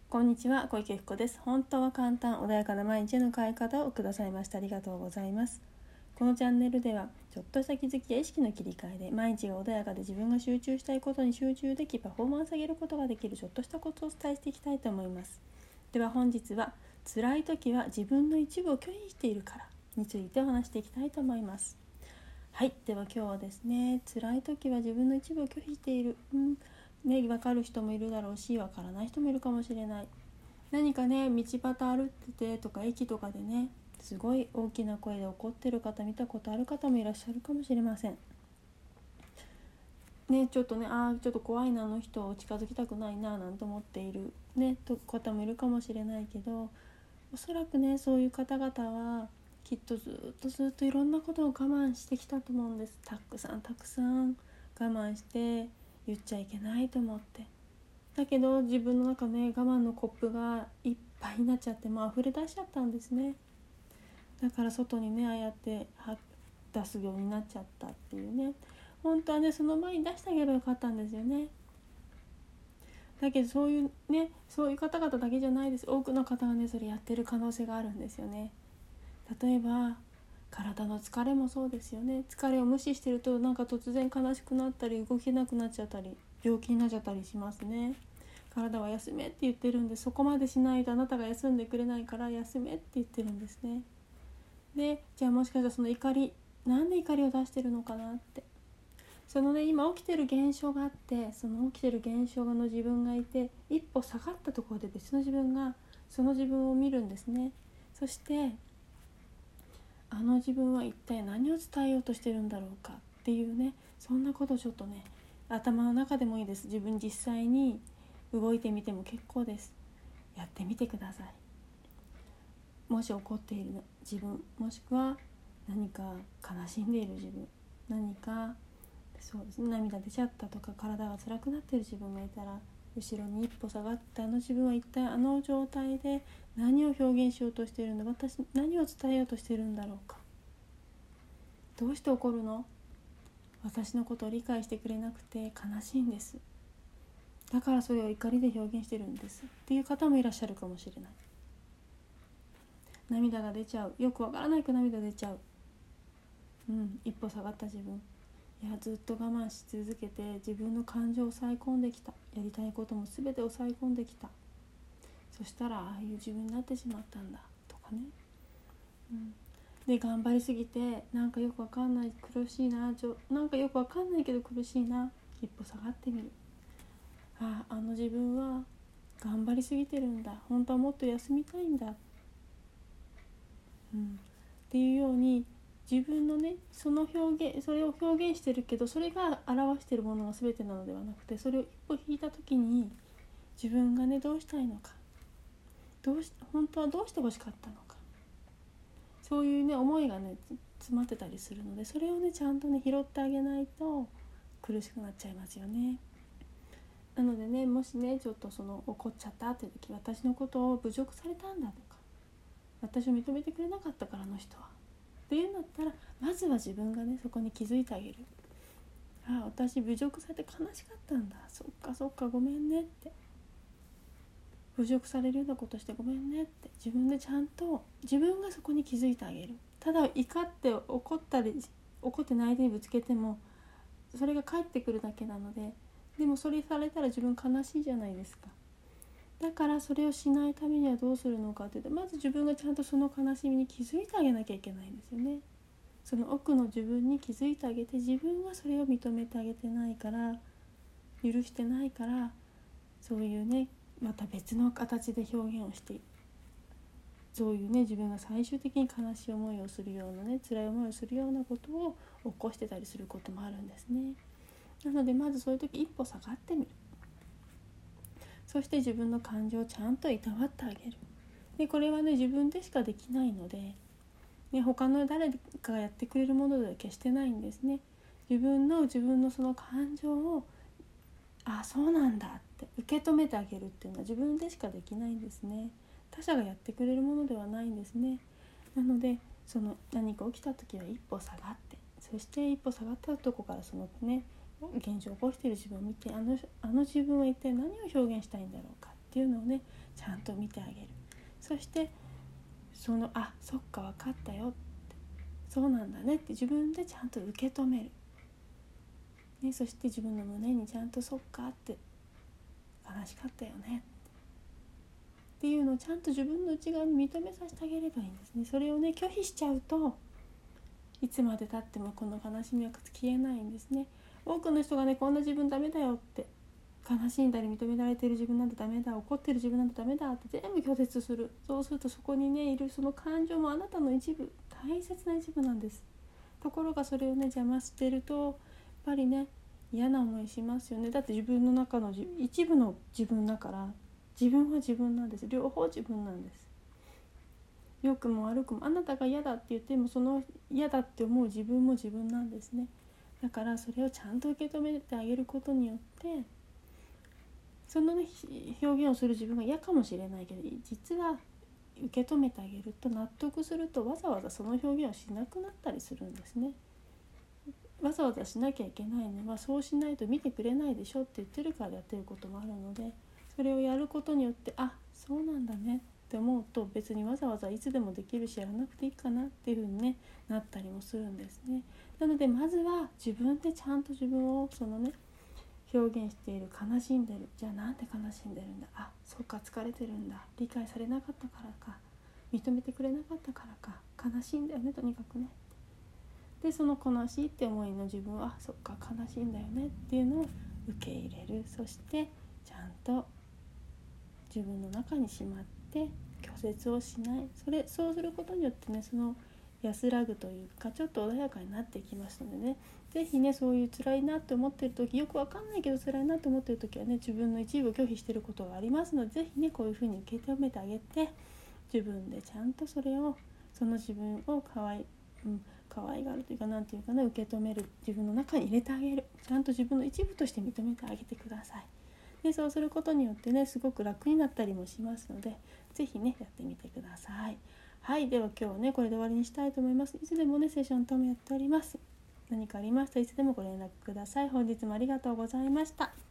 こんにちは、小池福子です。本当は簡単、穏やかな毎日の変え方をくださいました。ありがとうございます。このチャンネルでは、ちょっとした気づきや意識の切り替えで、毎日が穏やかで自分が集中したいことに集中でき、パフォーマンスを上げることができるちょっとしたコツをお伝えしていきたいと思います。では本日は、辛い時は自分の一部を拒否しているからについてお話していきたいと思います。はい、では今日はですね、辛い時は自分の一部を拒否している。分かる人もいるだろうし、分からない人もいるかもしれない。何かね、道端歩っててとか駅とかでね、すごい大きな声で怒ってる方見たことある方もいらっしゃるかもしれませんね。ちょっとね、ちょっと怖いな、あの人を近づきたくないななんて思っているね方もいるかもしれないけど、おそらくね、そういう方々はきっとずっといろんなことを我慢してきたと思うんです。たくさん我慢して言っちゃいけないと思って、だけど自分の中ね、我慢のコップがいっぱいになっちゃって、溢れ出しちゃったんですね。だから外にね、ああやって出すようになっちゃったっていうね。本当はね、その前に出してあげればよかったんですよね。だけどそういう方々だけじゃないです。多くの方がね、それやってる可能性があるんですよね。例えば体の疲れもそうですよね。疲れを無視してると、なんか突然悲しくなったり、動けなくなっちゃったり、病気になっちゃったりしますね。体は休めって言ってるんで、そこまでしないとあなたが休んでくれないから休めって言ってるんですね。で、じゃあもしかしたらその怒り、なんで怒りを出してるのかなって、そのね、今起きてる現象があって、その起きてる現象の自分がいて、一歩下がったところで別の自分がその自分を見るんですね。そしてあの自分は一体何を伝えようとしてるんだろうかっていうね、そんなことをちょっとね、頭の中でもいいです。自分実際に動いてみても結構です。やってみてください。もし怒っている自分、もしくは何か悲しんでいる自分、何かそうですね、涙出ちゃったとか体が辛くなっている自分がいたら、後ろに一歩下がったあの自分は一体あの状態で何を表現しようとしているんだ、私何を伝えようとしているんだろうか、どうして怒るの、私のことを理解してくれなくて悲しいんです、だからそれを怒りで表現してるんですっていう方もいらっしゃるかもしれない。涙が出ちゃう、よくわからないく涙出ちゃう、一歩下がった自分、いやずっと我慢し続けて自分の感情を抑え込んできた、やりたいことも全て抑え込んできた、そしたらああいう自分になってしまったんだとかね、で頑張りすぎて、なんかよくわかんない、苦しいな、なんかよくわかんないけど苦しいな、一歩下がってみる、あの自分は頑張りすぎてるんだ、本当はもっと休みたいんだ、っていうように、自分のね、それを表現してるけど、それが表しているものが全てなのではなくて、それを一歩引いた時に自分がね、どうしたいのか、本当はどうして欲しかったのか、そういうね、思いがね詰まってたりするので、それをねちゃんとね拾ってあげないと苦しくなっちゃいますよね。なのでね、もしね、ちょっと怒っちゃったっていう時、私のことを侮辱されたんだとか、私を認めてくれなかったから、あの人はっていうんだったら、まずは自分がねそこに気づいてあげる。私侮辱されて悲しかったんだ、そっかごめんねって、侮辱されるようなことしてごめんねって、自分でちゃんと自分がそこに気づいてあげる。ただ怒って怒ってないでにぶつけてもそれが返ってくるだけなので、でもそれされたら自分悲しいじゃないですか。だからそれをしないためにはどうするのかというと、まず自分がちゃんとその悲しみに気づいてあげなきゃいけないんですよね。その奥の自分に気づいてあげて、自分がそれを認めてあげてないから、許してないから、そういうね、また別の形で表現をして、そういうね、自分が最終的に悲しい思いをするようなね、辛い思いをするようなことを起こしてたりすることもあるんですね。なのでまずそういう時一歩下がってみる。そして自分の感情をちゃんといたわってあげる。でこれはね、自分でしかできないので、他の誰かがやってくれるものでは決してないんですね。自分のその感情を、そうなんだって受け止めてあげるっていうのは自分でしかできないんですね。他者がやってくれるものではないんですね。なので何か起きた時は一歩下がって、そして一歩下がったとこからそのね、現状を起こしている自分を見て、あの自分は一体何を表現したいんだろうか、 っていうのをねちゃんと見てあげる。そしてそっか分かったよって、そうなんだねって自分でちゃんと受け止める、ね、そして自分の胸にちゃんとそっかって悲しかったよねっていうのをちゃんと自分の内側に認めさせてあげればいいんですね。それをね拒否しちゃうといつまで経ってもこの悲しみは消えないんですね。多くの人がねこんな自分ダメだよって、悲しんだり認められている自分なんてダメだ、怒ってる自分なんてダメだって全部拒絶する。そうするとそこにねいるその感情もあなたの一部、大切な一部なんです。ところがそれをね邪魔してるとやっぱりね嫌な思いしますよね。だって自分の中の一部の自分だから、自分は自分なんです。両方自分なんです。良くも悪くもあなたが嫌だって言ってもその嫌だって思う自分も自分なんですね。だからそれをちゃんと受け止めてあげることによってその、ね、表現をする自分が嫌かもしれないけど、実は受け止めてあげると納得するとわざわざその表現をしなくなったりするんですね。わざわざしなきゃいけないのはそうしないと見てくれないでしょって言ってるからやってることもあるので、それをやることによってそうなんだねって思うと別にわざわざいつでもできるしやらなくていいかなっていう風に、ね、なったりもするんですね。なのでまずは自分でちゃんと自分をそのね表現している、悲しんでる、じゃあなんで悲しんでるんだ、そうか疲れてるんだ、理解されなかったからか、認めてくれなかったからか、悲しいんだよねとにかくね。でその悲しいって思いの自分はそっか悲しいんだよねっていうのを受け入れる。そしてちゃんと自分の中にしまって拒絶をしない。そうすることによってねその安らぐというかちょっと穏やかになってきますのでね、ぜひねそういう辛いなって思ってる時、よくわかんないけど辛いなって思ってる時はね自分の一部を拒否してることがありますので、ぜひねこういうふうに受け止めてあげて自分でちゃんとその自分を可愛がるというかなんていうかな、受け止める、自分の中に入れてあげる、ちゃんと自分の一部として認めてあげてください。でそうすることによってねすごく楽になったりもしますので、ぜひねやってみてください。はい、では今日はねこれで終わりにしたいと思います。いつでもねセッション等もやっております。何かありましたらいつでもご連絡ください。本日もありがとうございました。